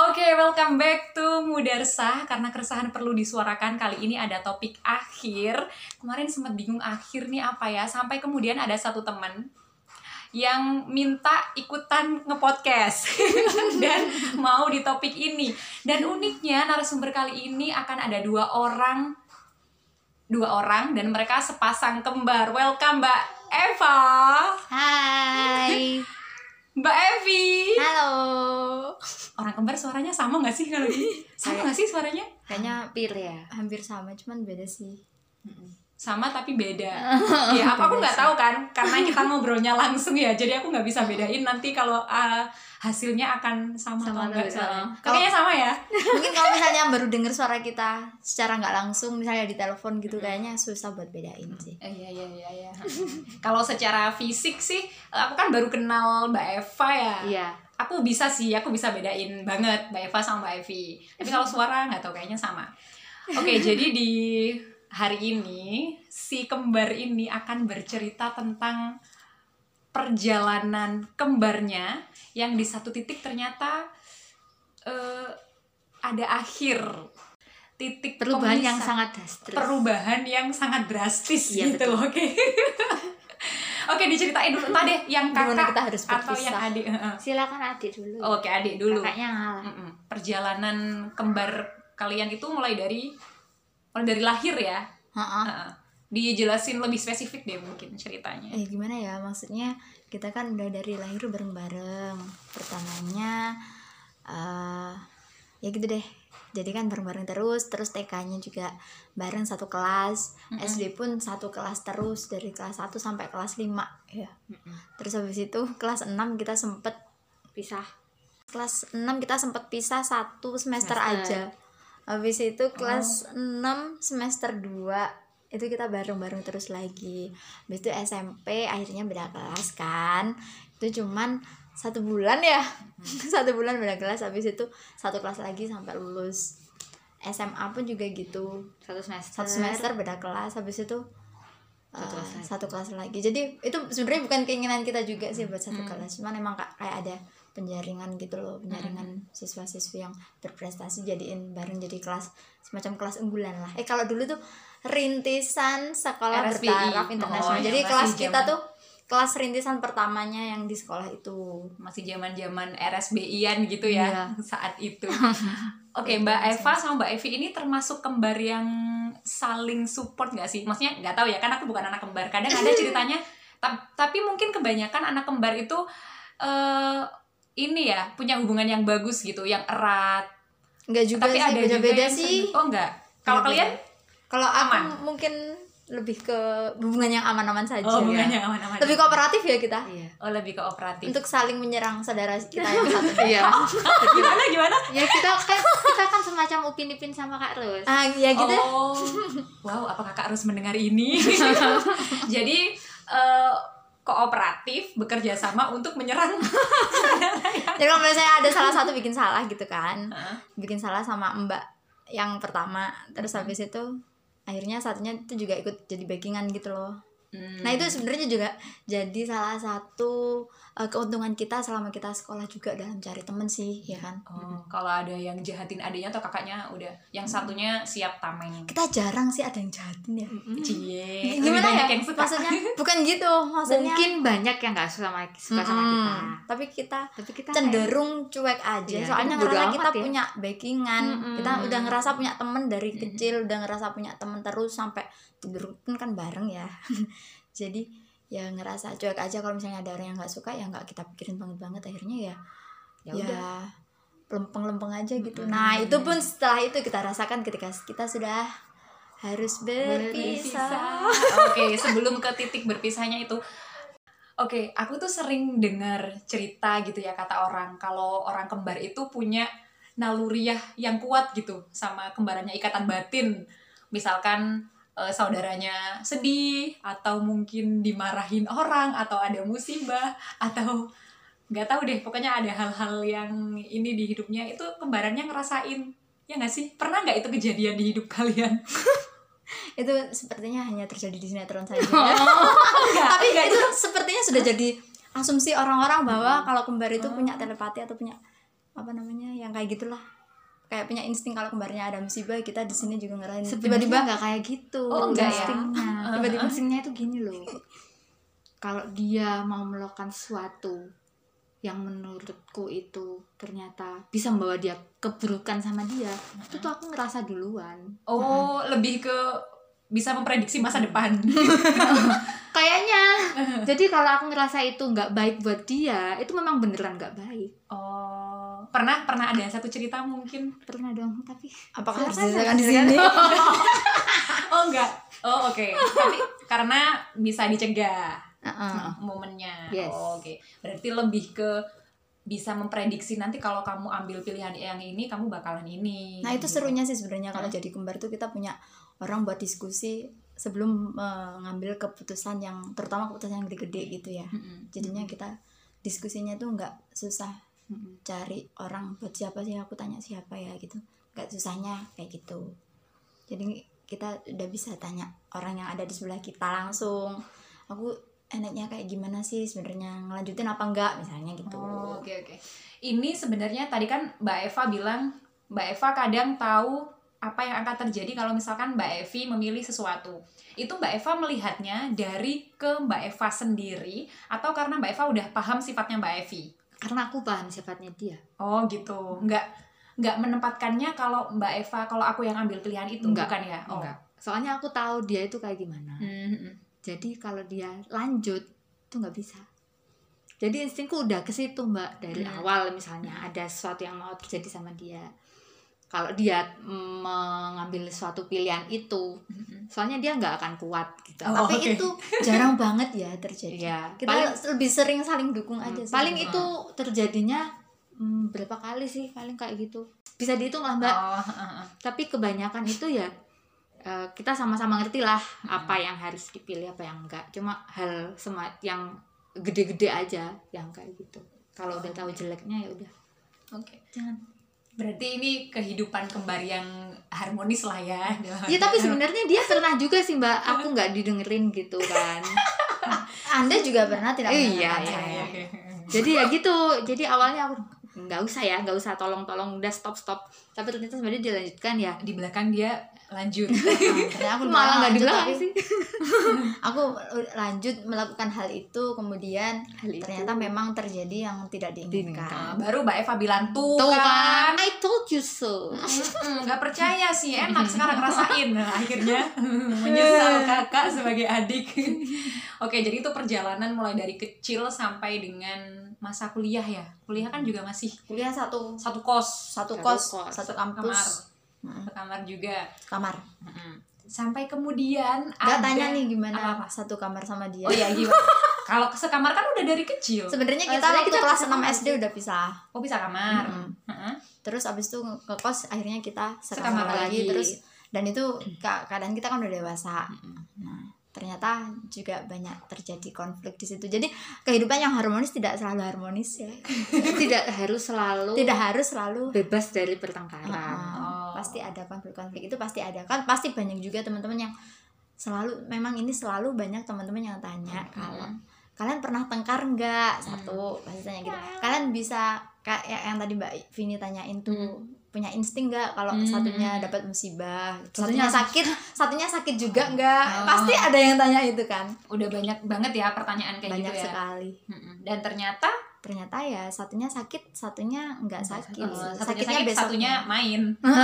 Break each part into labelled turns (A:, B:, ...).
A: Oke, welcome back to Muda Resah. Karena keresahan perlu disuarakan, kali ini ada topik akhir. Kemarin sempat bingung akhir nih apa ya, sampai kemudian ada satu teman yang minta ikutan ngepodcast dan mau di topik ini. Dan uniknya narasumber kali ini akan ada dua orang dan mereka sepasang kembar. Welcome Mbak Eva.
B: Hai.
A: Mbak Evi.
B: Halo.
A: Orang kembar suaranya sama nggak sih kalau gini? Sama nggak sih suaranya?
B: Kayaknya pilih ya. Hampir sama, cuman beda sih.
A: Sama tapi beda. Ya aku nggak tahu kan, karena kita ngobrolnya langsung ya, jadi aku nggak bisa bedain nanti kalau hasilnya akan sama atau enggak. Kayaknya sama ya.
B: Mungkin kalau misalnya baru dengar suara kita secara nggak langsung, misalnya di telepon gitu, kayaknya susah buat bedain sih.
A: Iya. Kalau secara fisik sih, aku kan baru kenal Mbak Eva ya.
B: Iya.
A: Aku bisa bedain banget Mbak Eva sama Mbak Evi. Tapi kalau suara nggak tahu, kayaknya sama. Oke, jadi di hari ini si kembar ini akan bercerita tentang perjalanan kembarnya yang di satu titik ternyata ada akhir titik
B: Perubahan
A: pemisah.
B: yang sangat drastis.
A: Perubahan yang sangat drastis
B: Iya,
A: gitu.
B: betul.
A: Oke. Oke, diceritain dulu entah deh yang kakak
B: Kita harus
A: atau
B: berpisah.
A: yang adik.
B: Silakan adik dulu.
A: Oke, adik dulu.
B: Kakaknya ngalah.
A: Perjalanan kembar kalian itu mulai dari lahir ya. Dijelasin lebih spesifik deh mungkin ceritanya.
B: Gimana ya, maksudnya kita kan udah dari lahir bareng-bareng. Pertamanya ya gitu deh, jadi kan bareng-bareng terus TK-nya juga bareng satu kelas, SD pun satu kelas terus dari kelas 1 sampai kelas 5 ya. Terus habis itu kelas 6 kita sempet pisah. Kelas 6 kita sempet pisah 1 semester aja. Habis itu kelas 6 semester 2 itu kita bareng-bareng terus lagi. Habis itu SMP akhirnya beda kelas kan. Itu cuman 1 bulan ya. 1 bulan beda kelas, habis itu satu kelas lagi sampai lulus. SMA pun juga gitu. Satu semester beda kelas, habis itu satu kelas lagi. Jadi itu sebenarnya bukan keinginan kita juga sih buat satu kelas. Cuman emang kayak ada penjaringan gitu loh, penjaringan siswa-siswi yang berprestasi jadiin bareng jadi kelas, semacam kelas unggulan lah. Kalau dulu tuh rintisan sekolah
A: RSBI.
B: bertaraf internasional. Jadi kelas kita tuh kelas rintisan pertamanya yang di sekolah itu.
A: Masih zaman-zaman RSBI-an gitu ya.
B: Iya.
A: Saat itu. Oke, Mbak Eva sama Mbak Evi ini termasuk kembar yang saling support nggak sih? Maksudnya nggak tahu ya, kan aku bukan anak kembar. Kadang ada ceritanya, tapi mungkin kebanyakan anak kembar itu ini ya, punya hubungan yang bagus gitu, yang erat.
B: Enggak juga
A: Tapi
B: sih,
A: ada juga
B: beda-beda
A: yang
B: sih.
A: Oh enggak. Kalau kalian?
B: Kalau aku
A: aman?
B: mungkin lebih ke hubungan yang aman-aman saja.
A: Oh, hubungan yang aman-aman.
B: Lebih kooperatif ya kita.
A: Iya. Oh, lebih kooperatif.
B: Untuk saling menyerang saudara kita yang satu.
C: Iya.
A: Gimana?
C: Ya kita kan semacam Upin Ipin sama Kak Rus.
B: Ya gitu.
A: Oh. Wow, apa kakak harus mendengar ini? Jadi kooperatif, bekerja sama untuk menyerang.
B: Jadi kalau misalnya ada salah satu bikin salah gitu kan, bikin salah sama mbak yang pertama, terus habis itu akhirnya satunya itu juga ikut jadi backingan gitu loh. Nah itu sebenarnya juga jadi salah satu keuntungan kita selama kita sekolah juga dalam cari temen sih, ya kan.
A: Kalau ada yang jahatin adiknya atau kakaknya, udah yang satunya siap tameng.
B: Kita jarang sih ada yang jahatin ya.
A: Cie.
B: Gimana ya?
A: Yang suka.
B: Maksudnya bukan gitu, maksudnya
C: Mungkin banyak yang nggak suka sama kita.
B: Tapi kita
C: Tapi
B: cenderung cuek aja.
C: Iya,
B: Soalnya
C: bodo
B: ngerasa
C: amat
B: kita
C: ya.
B: punya backingan. Kita udah ngerasa punya temen dari kecil, udah ngerasa punya temen terus sampai tidur pun kan bareng ya. Jadi ya ngerasa cuek aja, kalau misalnya ada orang yang nggak suka ya nggak kita pikirin banget akhirnya ya
A: udah.
B: lempeng-lempeng aja gitu. Nah itu pun setelah itu kita rasakan ketika kita sudah harus berpisah.
A: Oke, sebelum ke titik berpisahnya itu, oke, aku tuh sering dengar cerita gitu ya, kata orang kalau orang kembar itu punya naluriah yang kuat gitu sama kembarannya, ikatan batin. Misalkan saudaranya sedih, atau mungkin dimarahin orang, atau ada musibah, atau nggak tahu deh, pokoknya ada hal-hal yang ini di hidupnya itu kembarannya ngerasain. Ya nggak sih? Pernah nggak itu kejadian di hidup kalian?
B: Itu sepertinya hanya terjadi di sinetron saja.
A: Tapi
B: itu sepertinya sudah jadi asumsi orang-orang bahwa kalau kembar itu punya telepati atau punya apa namanya yang kayak gitulah, kayak punya insting kalau kembarnya ada musibah kita di sini juga ngerasain.
C: Sebenarnya
B: Tiba-tiba
C: nggak kayak gitu.
A: Oh, enggak ya?
C: Instingnya. Tiba-tiba instingnya itu gini loh. Kalau dia mau melakukan sesuatu yang menurutku itu ternyata bisa membawa dia keburukan sama dia, itu tuh aku ngerasa duluan.
A: Oh, lebih ke bisa memprediksi masa depan.
C: Kayaknya. Jadi kalau aku ngerasa itu nggak baik buat dia, itu memang beneran nggak baik.
A: Oh, pernah ada satu cerita mungkin?
C: Pernah dong, tapi
B: apakah harus
C: silakan,
B: diceritakan di sini?
A: Oh enggak. Oh oke. Tapi karena bisa dicegah momennya.
C: Yes.
A: Oh, oke. Berarti lebih ke bisa memprediksi nanti kalau kamu ambil pilihan yang ini kamu bakalan ini.
B: Nah itu
A: gitu.
B: serunya sih sebenarnya kalau jadi kembar tuh kita punya orang buat diskusi sebelum mengambil keputusan yang terutama keputusan yang gede-gede gitu ya. Jadinya kita diskusinya tuh nggak susah cari orang buat siapa sih, aku tanya siapa ya gitu, nggak susahnya kayak gitu. Jadi kita udah bisa tanya orang yang ada di sebelah kita langsung, aku enaknya kayak gimana sih sebenarnya, ngelanjutin apa enggak misalnya gitu.
A: Oh, oke. Ini sebenarnya tadi kan Mbak Eva bilang Mbak Eva kadang tahu apa yang akan terjadi kalau misalkan Mbak Evi memilih sesuatu. Itu Mbak Eva melihatnya dari ke Mbak Eva sendiri atau karena Mbak Eva udah paham sifatnya Mbak Evi?
C: karena aku paham sifatnya dia.
A: Oh gitu. Nggak menempatkannya kalau Mbak Eva, kalau aku yang ambil pilihan itu,
C: Enggak,
A: bukan ya? Oh.
C: Enggak. Soalnya aku tahu dia itu kayak gimana. Jadi kalau dia lanjut itu nggak bisa. Jadi instingku udah ke situ Mbak dari awal, misalnya ada sesuatu yang mau terjadi sama dia. Kalau dia mengambil suatu pilihan itu, soalnya dia nggak akan kuat gitu.
A: Oh,
B: tapi
A: oke.
B: itu jarang banget ya terjadi.
C: Ya,
B: Kita lebih sering saling dukung aja sih.
C: paling itu terjadinya berapa kali sih, paling kayak gitu. Bisa dihitung lah Mbak. Tapi kebanyakan itu ya kita sama-sama ngerti lah apa yang harus dipilih, apa yang enggak. Cuma hal yang gede-gede aja yang kayak gitu. Kalau udah tahu jeleknya ya udah.
A: Oke.
C: Jangan.
A: Berarti ini kehidupan kembar yang harmonis lah ya.
C: Ya tapi sebenarnya dia pernah juga sih Mbak, aku nggak didengerin gitu kan.
B: Anda juga pernah tidak
C: Iya,
B: mendengarkan
C: iya,
B: saya.
C: iya. Jadi ya gitu. Jadi awalnya aku nggak usah tolong udah stop. Tapi ternyata sebenarnya dilanjutkan ya.
A: Di belakang dia lanjut.
B: Ternyata aku
C: Malah nggak
B: lanjut,
C: dibilang
B: tapi
C: sih.
B: aku lanjut melakukan hal itu, kemudian
C: Hal itu.
B: ternyata memang terjadi yang tidak diinginkan.
A: Baru Mbak Eva bilang tuh
C: Tuh
A: kan.
C: kan, I told you so.
A: Nggak percaya sih, enak sekarang ngerasain. Nah, akhirnya menyesal kakak sebagai adik. Oke, jadi itu perjalanan mulai dari kecil sampai dengan masa kuliah ya. Kuliah kan juga masih
B: Kuliah satu
A: satu kos,
B: satu
C: Satu
B: kos,
C: kos,
B: satu
A: kamar,
B: kampus,
A: satu kamar juga.
B: kamar.
A: Sampai kemudian
B: Nggak
A: ada
B: tanya nih gimana
A: apa-apa.
B: satu kamar sama dia.
A: Oh iya gimana? Kalau sekamar kan udah dari kecil.
B: Sebenarnya kita
C: Sebenarnya
B: waktu
C: kita
B: kelas
C: bisa
B: 6
C: kamar
B: SD
C: sih.
B: udah pisah.
A: Oh bisa kamar.
B: Terus abis itu ke kos akhirnya kita
A: Sekamar
B: sekamar lagi.
C: lagi.
B: Terus dan itu keadaan kita kan udah dewasa. Nah, ternyata juga banyak terjadi konflik di situ. Jadi kehidupan yang harmonis tidak selalu harmonis ya.
C: Tidak harus selalu
B: Tidak harus selalu.
C: bebas dari pertengkaran.
A: Oh.
B: Pasti ada konflik-konflik, itu pasti ada. Kan pasti banyak juga teman-teman yang selalu, memang ini selalu banyak teman-teman yang tanya kalau kalian pernah tengkar nggak, satu pasti tanya gitu. Kalian bisa kayak yang tadi Mbak Vini tanyain tuh, punya insting nggak kalau satunya dapat musibah, satunya sakit juga nggak? Pasti ada yang tanya itu kan.
A: Udah banyak banget ya pertanyaan kayak
B: Banyak
A: gitu ya.
B: sekali.
A: Dan ternyata
B: Ternyata ya satunya sakit, satunya nggak sakit.
A: satunya
B: Sakitnya
A: sakit,
B: besoknya.
A: satunya main.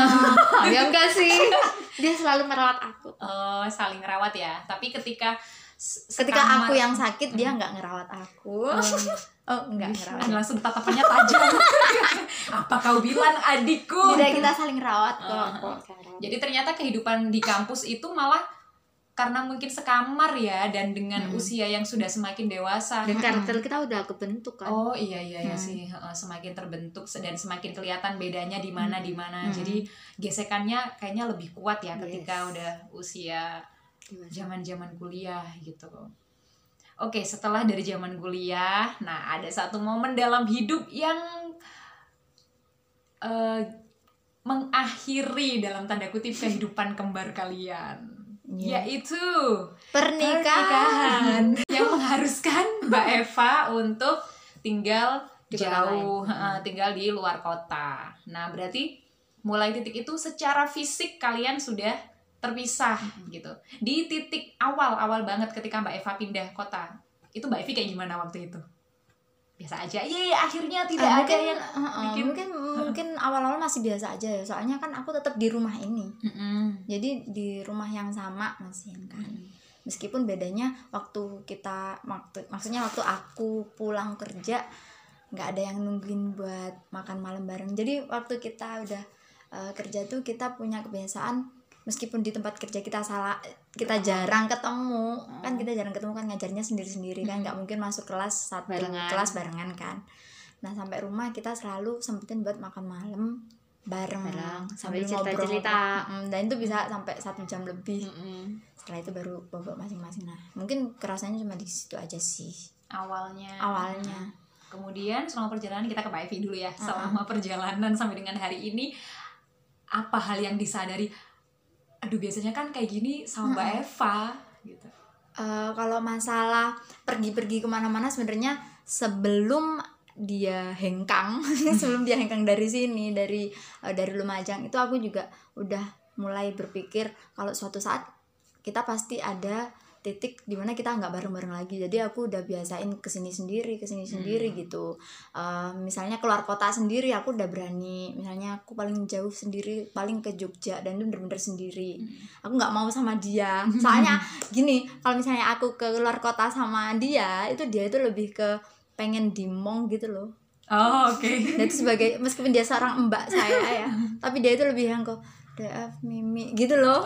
C: Ya enggak sih. Dia selalu merawat aku.
A: Saling rawat ya. Tapi ketika
B: Ketika
A: sekamar-
B: aku yang sakit, dia nggak ngerawat aku. Oh, nggak ngerawat.
A: langsung tatapannya tajam. Apa kau bilang adikku?
B: Tidak, kita saling rawat kok.
A: Jadi ternyata kehidupan di kampus itu malah karena mungkin sekamar ya, dan dengan usia yang sudah semakin dewasa.
C: Dan karakter kita udah kebentuk kan.
A: Oh iya sih. Semakin terbentuk dan semakin kelihatan bedanya di mana. Jadi gesekannya kayaknya lebih kuat ya ketika udah usia zaman-zaman kuliah gitu. Oke, setelah dari zaman kuliah, nah ada satu momen dalam hidup yang mengakhiri dalam tanda kutip kehidupan kembar kalian. Yaitu
B: Pernikahan.
A: yang mengharuskan Mbak Eva untuk tinggal
C: Di kota
A: jauh,
C: lain.
A: tinggal di luar kota. Nah, berarti mulai titik itu secara fisik kalian sudah terpisah gitu. Di titik awal banget ketika Mbak Eva pindah kota, itu Mbak Evi kayak gimana waktu itu? Biasa aja, akhirnya tidak ada
B: mungkin,
A: yang bikin.
B: mungkin awal-awal masih biasa aja ya, soalnya kan aku tetap di rumah ini. Jadi di rumah yang sama masih kan. Meskipun bedanya maksudnya waktu aku pulang kerja nggak ada yang nungguin buat makan malam bareng. Jadi waktu kita udah kerja tuh kita punya kebiasaan, meskipun di tempat kerja kita jarang ketemu, kan kita jarang ketemu kan, ngajarnya sendiri-sendiri kan, nggak mungkin masuk kelas satu kelas barengan kan. Nah sampai rumah kita selalu sempetin buat makan malam bareng sambil ngobrol. Dan itu bisa sampai 1 jam lebih. Setelah itu baru bobok masing-masing. Nah mungkin kerasanya cuma di situ aja sih awalnya.
A: Kemudian selama perjalanan, kita ke Mbak Evi dulu ya. Selama perjalanan sampai dengan hari ini, apa hal yang disadari, aduh biasanya kan kayak gini sama Mbak Eva gitu.
B: Kalau masalah pergi-pergi kemana-mana, sebenarnya sebelum dia hengkang dari sini, dari Lumajang itu, aku juga udah mulai berpikir kalau suatu saat kita pasti ada titik dimana kita nggak bareng-bareng lagi. Jadi aku udah biasain kesini sendiri gitu. Misalnya keluar kota sendiri aku udah berani. Misalnya aku paling jauh sendiri, paling ke Jogja, dan itu bener-bener sendiri. Aku nggak mau sama dia. Soalnya gini, kalau misalnya aku ke luar kota sama dia itu lebih ke pengen dimong gitu loh.
A: Oh, oke.
B: Dan itu sebagai, meskipun dia seorang mbak saya ya, tapi dia itu lebih yang kok DF Mimi gitu loh.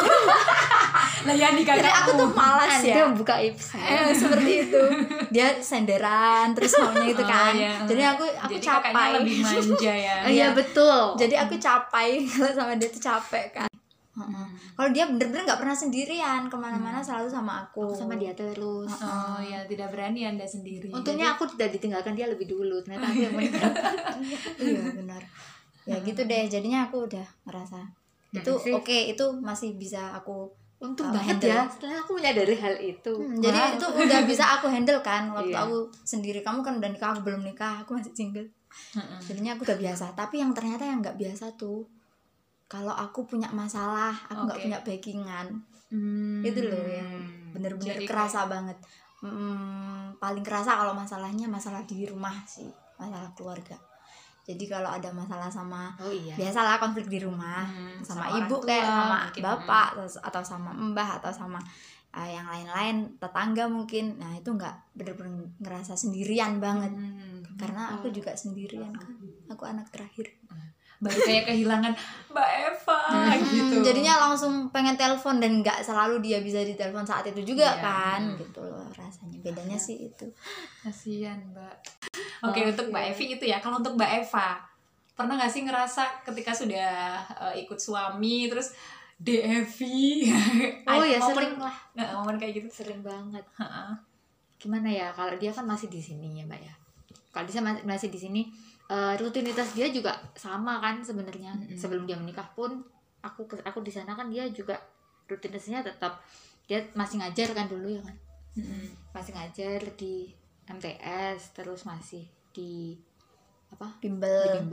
A: Lah ya nih kakakmu.
B: Jadi aku tuh malas ya.
C: Dia buka
B: seperti itu. Dia senderan terus maunya gitu kan.
A: Iya.
B: Jadi aku capai.
A: Lebih manja ya.
C: Iya betul.
B: Jadi aku capai kalau sama dia tuh capek kan. Kalau dia bener-bener nggak pernah sendirian, kemana-mana selalu sama aku.
C: Sama dia terus.
A: Oh ya, tidak berani Anda sendiri.
C: Untungnya aku tidak ditinggalkan dia lebih dulu. Ternyata aku yang meninggalkan.
B: Iya benar. Ya gitu deh. Jadinya aku udah ngerasa itu oke, itu masih bisa aku.
C: Untung banget handle. Ya setelah aku menyadari hal itu.
B: Jadi itu udah bisa aku handle kan waktu aku sendiri. Kamu kan udah nikah, aku belum nikah, aku masih single. Jadinya aku udah biasa. Tapi yang ternyata yang nggak biasa tuh, kalau aku punya masalah, aku nggak punya backingan. Itu loh yang bener-bener kerasa banget. Paling kerasa kalau masalahnya masalah di rumah sih, masalah keluarga. Jadi kalau ada masalah sama biasalah konflik di rumah, sama ibu tua, kayak sama mungkin, bapak atau sama mbah atau sama yang lain-lain, tetangga mungkin. Nah itu nggak bener-bener ngerasa sendirian banget. Karena aku juga sendirian kan, aku anak terakhir.
A: Baru kayak kehilangan Mbak Eva gitu.
B: Jadinya langsung pengen telepon, dan nggak selalu dia bisa ditelepon saat itu juga kan, gitu loh rasanya. Bedanya sih itu.
A: Kasihan Mbak. Oke, untuk Mbak Evi itu ya. Kalau untuk Mbak Eva, pernah nggak sih ngerasa ketika sudah ikut suami terus DFI?
C: Oh ya sering lah.
A: Momen kayak gitu
C: sering banget. Gimana ya, kalau dia kan masih di sini ya Mbak ya. Kalau dia masih di sini, rutinitas dia juga sama kan sebenarnya. Sebelum dia menikah pun aku di sana kan, dia juga rutinitasnya tetap, dia masih ngajar kan dulu ya kan. Masih ngajar di MTS, terus masih di
B: bimbel.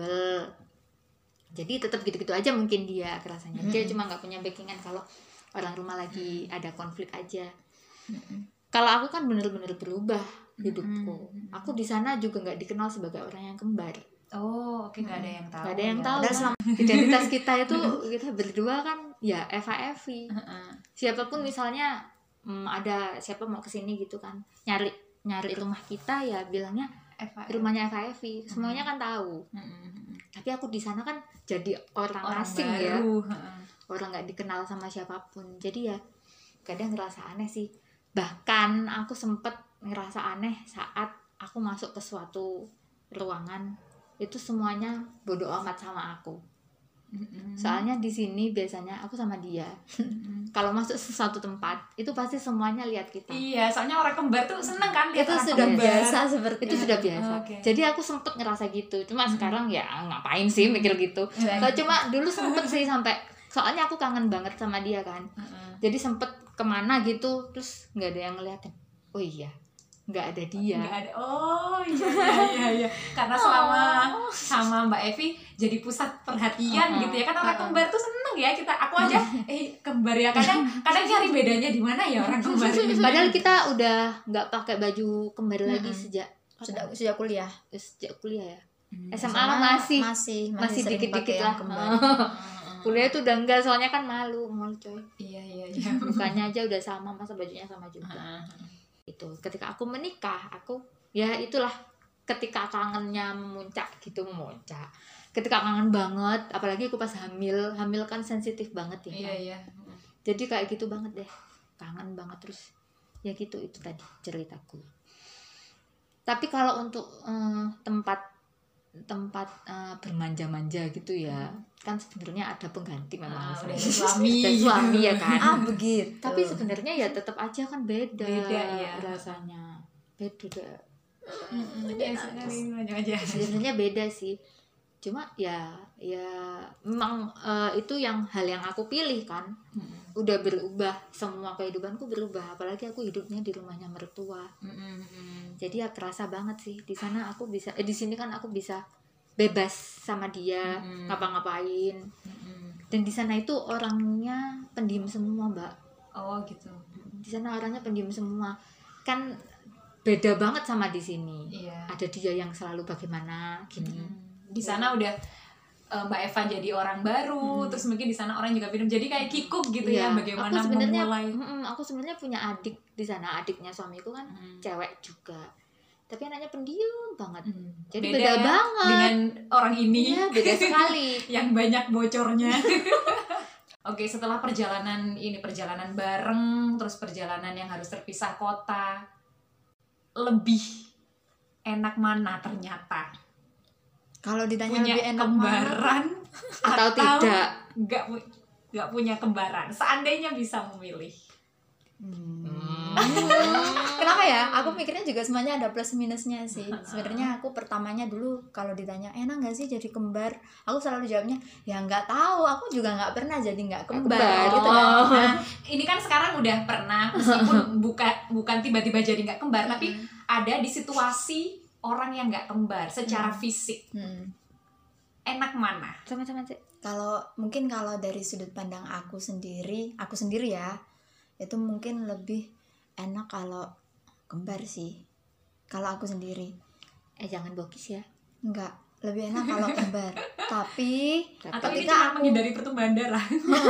C: Jadi tetap gitu-gitu aja mungkin dia kerasanya. Dia cuma nggak punya backingan kalau orang rumah lagi ada konflik aja. Kalau aku kan bener-bener berubah hidupku. Aku di sana juga nggak dikenal sebagai orang yang kembar.
A: Oh, oke, nggak ada yang tahu.
C: Nggak ada yang tahu. Identitas kita itu kita berdua kan ya Eva Evi. Siapapun misalnya ada siapa mau kesini gitu kan, nyari rumah kita ya bilangnya rumahnya Eva Evi. Semuanya kan tahu. Tapi aku di sana kan jadi orang asing baru. Ya. Orang nggak dikenal sama siapapun. Jadi ya kadang ngerasa aneh sih. Bahkan aku sempet ngerasa aneh saat aku masuk ke suatu ruangan, itu semuanya bodo amat sama aku. Soalnya di sini biasanya aku sama dia. Kalau masuk sesuatu tempat itu pasti semuanya lihat kita.
A: Iya, soalnya orang kembar tuh seneng kan.
B: Itu sudah biasa seperti
C: itu sudah biasa. Jadi aku sempet ngerasa gitu. Cuma sekarang ya ngapain sih mikir gitu. Kalau cuma dulu sempet sih sampai, soalnya aku kangen banget sama dia kan. Jadi sempet kemana gitu terus nggak ada yang ngeliatin. Oh iya, nggak ada dia.
A: Nggak ada. Oh iya. Karena selama sama Mbak Evi jadi pusat perhatian gitu ya kan, orang kembar tuh seneng ya kita. Aku aja kembar ya, kadang cari bedanya di mana ya orang kembar ini.
C: Padahal kita udah nggak pakai baju kembar lagi sejak
B: kuliah.
C: Sejak kuliah ya. SMA masih
B: sering
C: dikit-dikit
B: pakai
C: lah.
B: yang kembar.
C: Kuliah tuh udah enggak, soalnya kan malu coy.
A: Iya.
C: Mukanya aja udah sama, masa bajunya sama juga. Itu ketika aku menikah, aku ya itulah, ketika kangennya memuncak. Ketika kangen banget, apalagi aku pas hamil kan sensitif banget ya.
A: Iya.
C: Jadi kayak gitu banget deh, kangen banget terus. Ya gitu, itu tadi ceritaku. Tapi kalau untuk tempat bermanja-manja gitu ya, kan sebenarnya ada pengganti memang
A: udah
C: suami ya kan.
B: Begitu.
C: Tapi sebenarnya ya tetap aja kan beda
A: ya
C: rasanya. Beda.
A: Aja.
C: Sebenarnya beda sih. Cuma ya memang itu hal yang aku pilih kan. Udah berubah, semua kehidupanku berubah, apalagi aku hidupnya di rumahnya mertua. Jadi ya kerasa banget sih di sana aku bisa di sini kan aku bisa bebas sama dia, ngapa-ngapain. Dan di sana itu orangnya pendiam semua, Mbak.
A: Oh gitu.
C: Di sana orangnya pendiam semua. Kan beda banget sama di sini.
A: Iya.
C: Ada dia yang selalu bagaimana gini.
A: Di sana udah Mbak Eva jadi orang baru, terus mungkin di sana orang juga pindah, jadi kayak kikuk gitu ya, bagaimana memulai.
C: Aku sebenarnya punya adik di sana, adiknya suamiku kan cewek juga, tapi anaknya pendiam banget. Jadi beda ya, banget
A: dengan orang ini.
C: Iya, beda sekali.
A: Yang banyak bocornya. Oke, setelah perjalanan bareng, terus perjalanan yang harus terpisah kota, lebih enak mana ternyata?
B: Kalau ditanya
A: punya
B: lebih enak
A: kembaran
C: atau tidak,
A: nggak punya kembaran, seandainya bisa memilih.
B: Kenapa ya? Aku mikirnya juga semuanya ada plus minusnya sih. Sebenarnya aku pertamanya dulu kalau ditanya enak nggak sih jadi kembar, aku selalu jawabnya ya nggak tahu. Aku juga nggak pernah jadi nggak kembar gitu kan.
A: Nah, ini kan sekarang udah pernah, meskipun bukan tiba-tiba jadi nggak kembar, tapi ada di situasi orang yang nggak kembar secara fisik. Enak mana?
C: Sama-sama sih.
B: Kalau dari sudut pandang aku sendiri ya, itu mungkin lebih enak kalau kembar sih. Kalau aku sendiri.
C: Jangan bokis ya.
B: Enggak, lebih enak kalau kembar. Tapi
A: ketika aku menghindari pertumbuhan darah.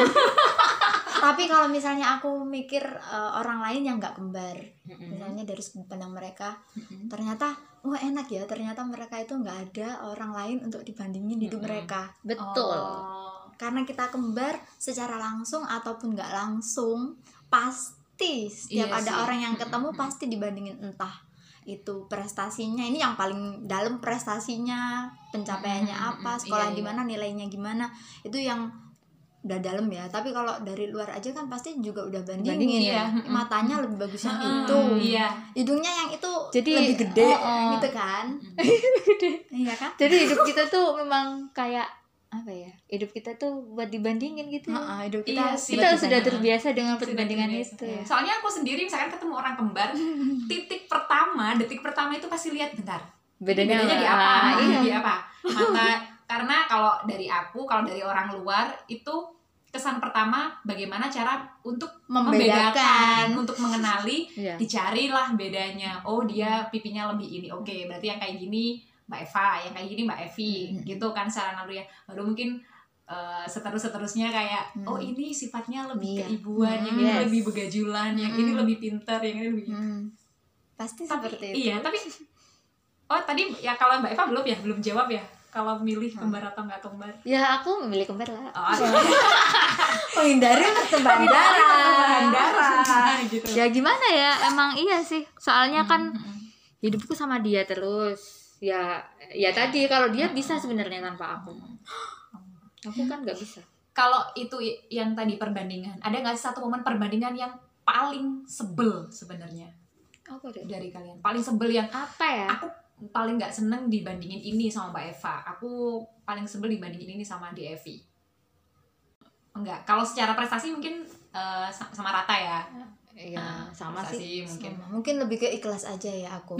B: Tapi kalau misalnya aku mikir orang lain yang nggak kembar, misalnya dari sudut pandang mereka, ternyata enak ya, ternyata mereka itu nggak ada orang lain untuk dibandingin hidup mereka.
C: Betul.
B: Karena kita kembar secara langsung ataupun nggak langsung, pasti setiap ada orang yang ketemu pasti dibandingin, entah itu prestasinya, ini yang paling dalam prestasinya, pencapaiannya apa, sekolah di mana, nilainya gimana, itu yang udah dalam ya. Tapi kalau dari luar aja kan pasti juga udah bandingin ya. Matanya lebih bagus yang itu, hidungnya yang itu jadi lebih gede gitu kan. Iya kan?
C: Jadi hidup kita tuh memang kayak apa ya, hidup kita tuh buat dibandingin gitu.
B: Hidup kita
C: kita sudah terbiasa dengan perbandingan itu.
A: Soalnya aku sendiri misalkan ketemu orang kembar, detik pertama itu pasti lihat bentar, bedanya di apa, di apa mata. Karena kalau dari orang luar itu kesan pertama bagaimana cara untuk membedakan, untuk mengenali, dicarilah bedanya. Oh, dia pipinya lebih ini, oke, berarti yang kayak gini Mbak Eva, yang kayak gini Mbak Evi, gitu kan secara naluri ya. Baru mungkin seterusnya kayak ini sifatnya lebih keibuan, yang ini lebih begajulan, yang ini lebih pintar, yang ini lebih
B: pasti seperti itu.
A: Iya, tapi tadi ya kalau Mbak Eva belum jawab ya. Kalau milih kembar atau nggak kembar?
C: Ya aku memilih kembar lah.
B: Menghindari pertumbuhan darah
C: gitu. Ya gimana ya, emang iya sih. Soalnya kan hidupku sama dia terus. Ya tadi kalau dia bisa sebenarnya tanpa aku. Aku kan nggak bisa.
A: Kalau itu yang tadi perbandingan, ada nggak satu momen perbandingan yang paling sebel sebenarnya?
C: Apa deh?
A: Dari kalian paling sebel yang
C: apa ya?
A: Aku paling nggak seneng dibandingin ini sama Mbak Eva. Aku paling sebel dibandingin ini sama di Evi. Enggak, kalau secara prestasi mungkin sama rata ya.
C: Ya sama
A: Masa
C: sih.
A: mungkin.
B: Mungkin lebih ke ikhlas aja ya aku.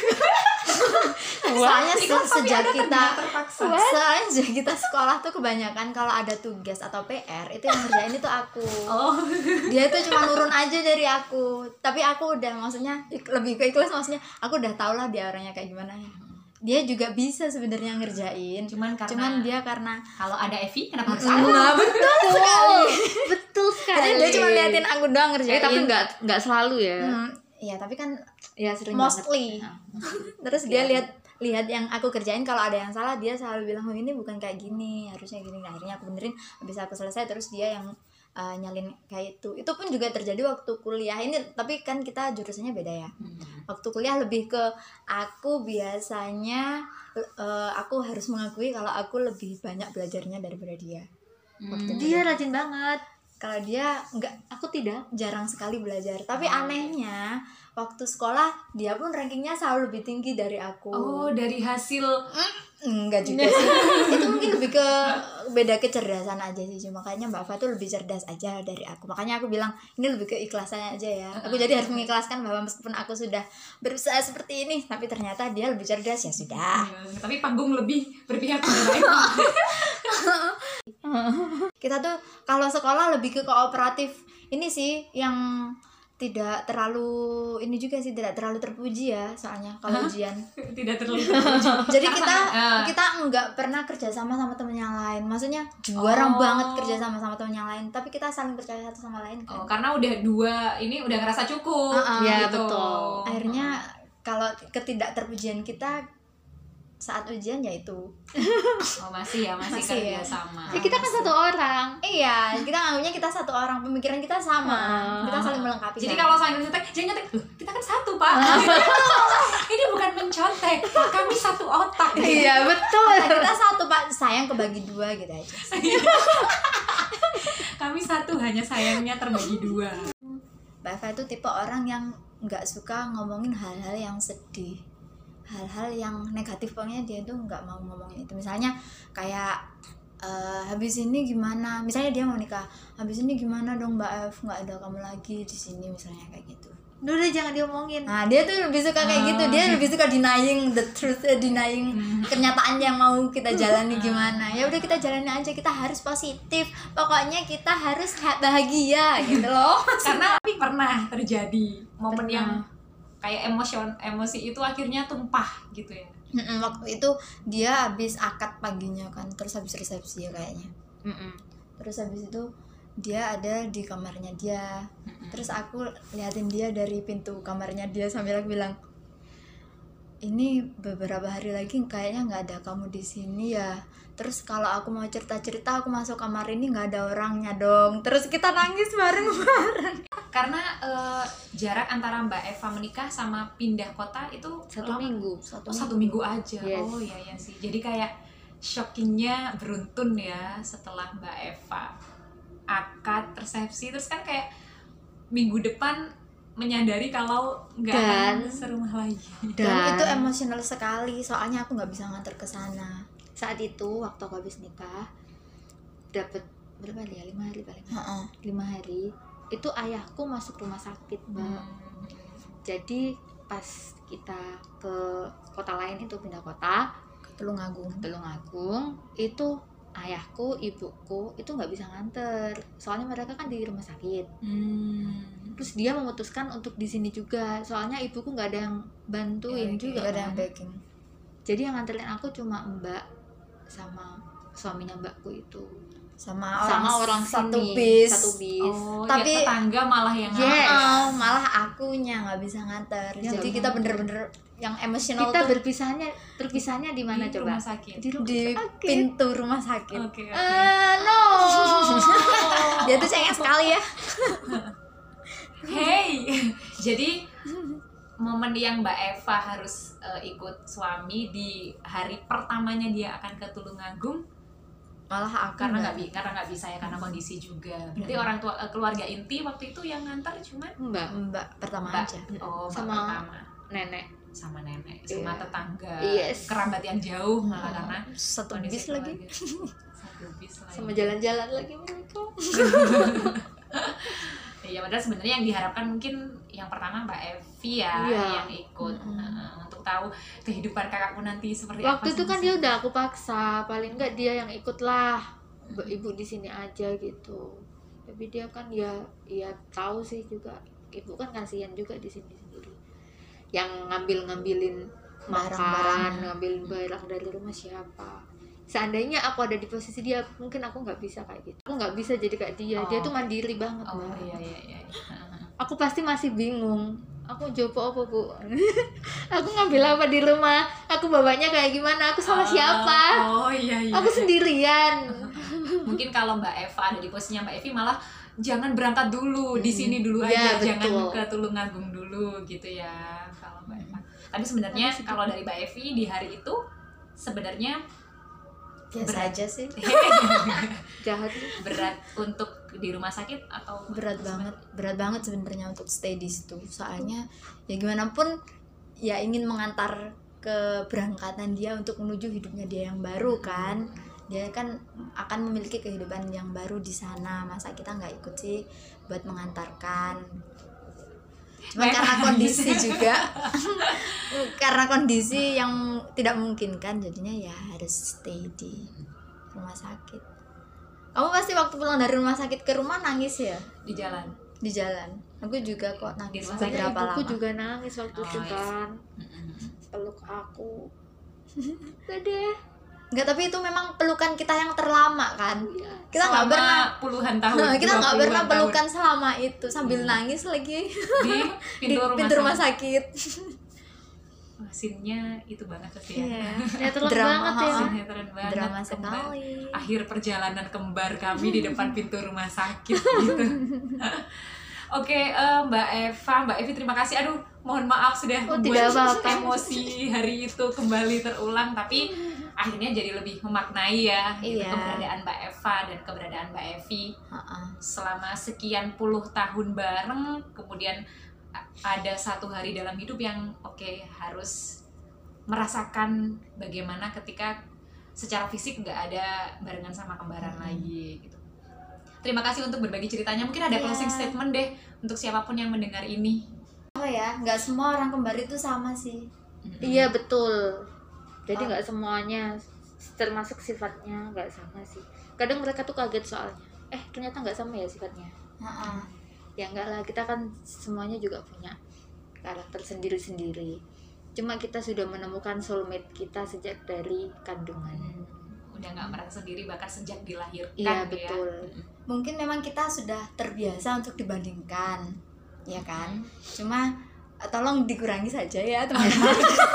A: Wah,
B: Soalnya
A: ikhlas tapi
B: sejak
A: ada
B: kita
A: tanda terpaksa.
B: soalnya sejak kita sekolah tuh kebanyakan kalau ada tugas atau PR itu yang ngerjain itu aku.
A: Oh.
B: Dia tuh cuma nurun aja dari aku, tapi aku udah, maksudnya lebih ke ikhlas, maksudnya aku udah tau lah dia orangnya kayak gimana ya. Dia juga bisa sebenarnya ngerjain,
A: Cuman
B: dia karena
A: kalau ada Evi kenapa bersalah?
B: nah, betul sekali.
C: Betul sekali.
B: Jadi dia cuma liatin aku doang ngerjain.
C: tapi nggak selalu ya.
B: Iya, tapi kan
C: Ya sering
B: mostly.
C: banget.
B: Terus dia lihat yang aku kerjain, kalau ada yang salah dia selalu bilang, oh ini bukan kayak gini, harusnya gini. Nah, akhirnya aku benerin, habis aku selesai terus dia yang nyalin kayak itu pun juga terjadi waktu kuliah ini, tapi kan kita jurusannya beda ya. Waktu kuliah lebih ke aku biasanya aku harus mengakui kalau aku lebih banyak belajarnya daripada dia.
C: Dia rajin banget.
B: Kalau dia enggak,
C: Aku tidak.
B: jarang sekali belajar. Tapi anehnya waktu sekolah dia pun rankingnya selalu lebih tinggi dari aku.
A: Oh, dari hasil
B: Enggak juga sih. Itu mungkin lebih ke beda kecerdasan aja sih. Makanya Mbak Fa tuh lebih cerdas aja dari aku. Makanya aku bilang ini lebih ke ikhlasannya aja ya. Aku jadi harus mengikhlaskan bahwa meskipun aku sudah berusaha seperti ini, tapi ternyata dia lebih cerdas, ya sudah.
A: tapi panggung lebih berpihak pada Eva.
B: Kita tuh kalau sekolah lebih ke kooperatif. Ini sih yang tidak terlalu ini juga sih, tidak terlalu terpuji ya soalnya kalau ujian.
A: Tidak terlalu
B: Jadi kita nggak pernah kerja sama temen yang lain. Maksudnya jarang banget kerja sama temen yang lain. Tapi kita saling percaya satu sama lain kan.
A: karena udah dua ini udah ngerasa cukup.
C: Ya,
A: gitu.
C: betul.
B: Akhirnya kalau ketidakterpujian kita saat ujian ya itu.
A: Masih
B: Masih
A: kerja
B: ya.
A: sama.
C: Ya, kita kan satu orang.
B: Iya, kita anggapnya kita satu orang, pemikiran kita sama. Kita saling melengkapi.
A: Jadi
B: kan?
A: kalau saya nyontek, jangan nyontek. Loh, kita kan satu, Pak. Ini bukan mencontek. Kami satu otak.
C: Iya betul.
B: kita satu, Pak, sayang kebagi dua gitu aja.
A: Kami satu, hanya sayangnya terbagi dua.
B: Mbak Eva itu tipe orang yang nggak suka ngomongin hal-hal yang sedih, hal-hal yang negatif, pokoknya dia tuh nggak mau ngomongin itu. Misalnya kayak habis ini gimana, misalnya dia mau nikah, habis ini gimana dong Mbak F, nggak ada kamu lagi di sini, misalnya kayak gitu.
C: Udah jangan diomongin.
B: Nah dia tuh lebih suka kayak gitu, dia lebih suka denying the truth, denying kenyataan yang mau kita jalani gimana. Ya udah kita jalani aja, kita harus positif, pokoknya kita harus bahagia gitu loh.
A: Karena tapi pernah terjadi momen yang kayak emosi itu akhirnya tumpah gitu ya.
B: Waktu itu dia habis akad paginya kan, terus habis resepsi ya kayaknya. Terus habis itu dia ada di kamarnya dia. Terus aku liatin dia dari pintu kamarnya dia sambil aku bilang, ini beberapa hari lagi kayaknya nggak ada kamu di sini ya. Terus kalau aku mau cerita-cerita, aku masuk kamar ini nggak ada orangnya dong. Terus kita nangis bareng-bareng.
A: Karena jarak antara Mbak Eva menikah sama pindah kota itu
C: 1
A: lama.
C: minggu.
A: Satu minggu aja.
C: Yes.
A: Oh iya sih. Jadi kayak shockingnya beruntun ya setelah Mbak Eva akad resepsi, terus kan kayak minggu depan menyadari kalau nggak akan serumah lagi.
B: Dan itu emosional sekali, soalnya aku nggak bisa nganter ke sana.
C: Saat itu waktu aku habis nikah dapat berapa ya, 5 hari paling. 5 hari itu ayahku masuk rumah sakit, Mbak. Jadi pas kita ke kota lain itu, pindah kota
B: Ke
C: Tulungagung, itu ayahku, ibuku itu nggak bisa nganter, soalnya mereka kan di rumah sakit. Terus dia memutuskan untuk di sini juga, soalnya ibuku nggak ada yang bantuin juga,
B: nggak ada yang
C: kan.
B: backing.
C: Jadi yang nganterin aku cuma Mbak sama suaminya Mbakku itu,
B: sama
C: orang
B: satu
C: sini,
B: bis.
C: satu bis.
A: Oh,
B: Tapi-
A: ya tetangga malah yang
C: Yes.
B: Malah akunya nggak bisa nganter.
C: Ya,
B: Jadi
C: nggak
B: kita
C: bisa.
B: bener-bener yang emosional
C: Kita
B: tuh
C: berpisahnya di mana
A: di
C: coba?
A: rumah sakit.
B: di pintu rumah sakit.
A: Oke.
C: No.
B: Dia tuh cengeng sekali ya.
A: Hey, jadi momen yang Mbak Eva harus ikut suami di hari pertamanya dia akan ke Tulungagung,
B: Malah aku
A: karena nggak bisa ya, karena kondisi juga. Berarti orang tua keluarga inti waktu itu yang ngantar cuman
C: Mbak
B: pertama
A: Mbak,
B: aja.
A: Mbak
C: Sama
A: pertama,
C: nenek.
A: sama nenek, sama
C: Iya.
A: tetangga,
C: Yes.
A: kerabat yang jauh malah karena
B: Satu
A: kondisi
B: bis lagi.
A: keluarga. Satu bis lagi.
C: Sama jalan-jalan lagi mereka.
A: Iya, padahal sebenarnya yang diharapkan mungkin yang pertama Mbak Evi ya yang ikut untuk tahu kehidupan kakakku nanti seperti apa.
C: Waktu itu kan dia udah aku paksa, paling enggak dia yang ikut lah, ibu di sini aja gitu. Tapi dia kan ya tahu sih juga, ibu kan kasihan juga di sini sendiri. Yang ngambilin makan, ngambilin barang dari rumah siapa. Seandainya aku ada di posisi dia, mungkin aku nggak bisa kayak gitu. Aku nggak bisa jadi kayak dia. Dia tuh mandiri banget.
A: Iya.
C: Aku pasti masih bingung. Aku jawab apa, Bu? Aku ngambil apa di rumah? Aku bawanya kayak gimana? Aku sama siapa?
A: Iya.
C: Aku sendirian.
A: Mungkin kalau Mbak Eva ada di posisinya Mbak Evi malah jangan berangkat dulu, di sini dulu aja, jangan ke Tulungagung dulu gitu ya kalau Mbak Eva. Tapi sebenarnya kalau dari Mbak Evi di hari itu sebenarnya
B: biasa aja sih.
C: Jahat.
A: Berat untuk di rumah sakit atau
B: berat banget sebenarnya untuk stay di situ. Soalnya ya gimana pun ya ingin mengantar keberangkatan dia untuk menuju hidupnya dia yang baru kan. Dia kan akan memiliki kehidupan yang baru di sana. Masa kita nggak ikut sih buat mengantarkan? Cuma karena kondisi juga karena kondisi yang tidak memungkinkan, jadinya ya harus stay di rumah sakit. Kamu pasti waktu pulang dari rumah sakit ke rumah nangis ya?
A: Di jalan
B: Aku juga kok nangis
C: beberapa lama. Aku juga nangis waktu itu kan. Peluk aku. Dede.
B: Enggak, tapi itu memang pelukan kita yang terlama kan. Kita
A: nggak
B: pernah
A: puluhan tahun.
B: Kita nggak pernah pelukan selama itu sambil nangis lagi
A: di
B: pintu rumah sakit.
A: Scene-nya itu banget sih ya.
C: Drama
A: banget.
B: Drama sekali.
A: Akhir perjalanan kembar kami di depan pintu rumah sakit gitu. Oke, Mbak Eva, Mbak Evi terima kasih. Aduh, mohon maaf sudah membuat emosi hari itu kembali terulang, tapi akhirnya jadi lebih memaknai ya gitu, keberadaan Mbak Eva dan keberadaan Mbak Evi selama sekian puluh tahun bareng. Kemudian ada satu hari dalam hidup yang harus merasakan bagaimana ketika secara fisik nggak ada barengan sama kembaran lagi gitu. Terima kasih untuk berbagi ceritanya. Mungkin ada closing statement deh untuk siapapun yang mendengar ini.
B: Nggak semua orang kembar itu sama sih.
C: Iya betul. Jadi nggak semuanya, termasuk sifatnya nggak sama sih. Kadang mereka tuh kaget soalnya. Ternyata nggak sama ya sifatnya. Ya enggak lah, kita kan semuanya juga punya karakter sendiri-sendiri. Cuma kita sudah menemukan soulmate kita sejak dari kandungan.
A: Udah nggak merasa sendiri bahkan sejak dilahirkan.
C: Iya betul.
B: Mungkin memang kita sudah terbiasa untuk dibandingkan, ya kan? Cuma tolong dikurangi saja ya teman-teman.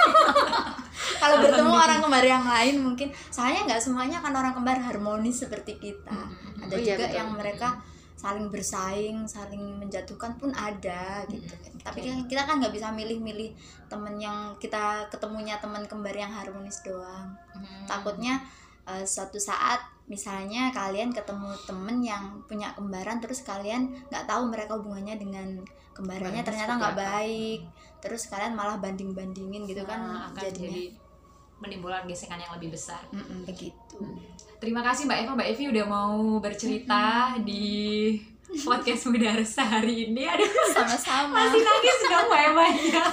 B: Kalau bertemu orang kembar yang lain mungkin, soalnya nggak semuanya kan orang kembar harmonis seperti kita. Ada juga yang mereka saling bersaing, saling menjatuhkan pun ada gitu kan. Tapi kita kan nggak bisa milih-milih temen yang kita ketemunya teman kembar yang harmonis doang. Takutnya suatu saat misalnya kalian ketemu temen yang punya kembaran, terus kalian nggak tahu mereka hubungannya dengan kembarannya ternyata nggak baik, terus kalian malah banding-bandingin gitu kan,
A: jadi menimbulkan gesekan yang lebih besar.
B: Begitu.
A: Terima kasih Mbak Eva, Mbak Evi udah mau bercerita di podcast Muda Resah hari ini. Aduh,
B: sama-sama.
A: Masih nangis dong Mbak Eva ya.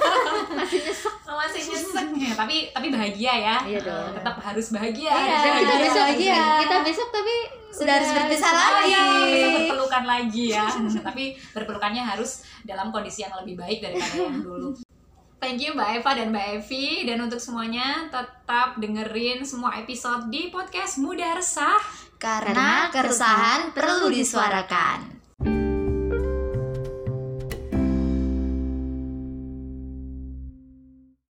A: Masih nyesek ya. Tapi bahagia ya.
C: Iya dong.
A: Tetap harus bahagia.
B: Kita besok bahagia.
C: Kita besok tapi
B: sudah harus berpisah lagi.
A: Bisa berpelukan lagi ya. Tapi berpelukannya harus dalam kondisi yang lebih baik daripada yang dulu. Thank you Mbak Eva dan Mbak Evi. Dan untuk semuanya tetap dengerin semua episode di podcast Muda Resah.
B: Karena keresahan perlu disuarakan.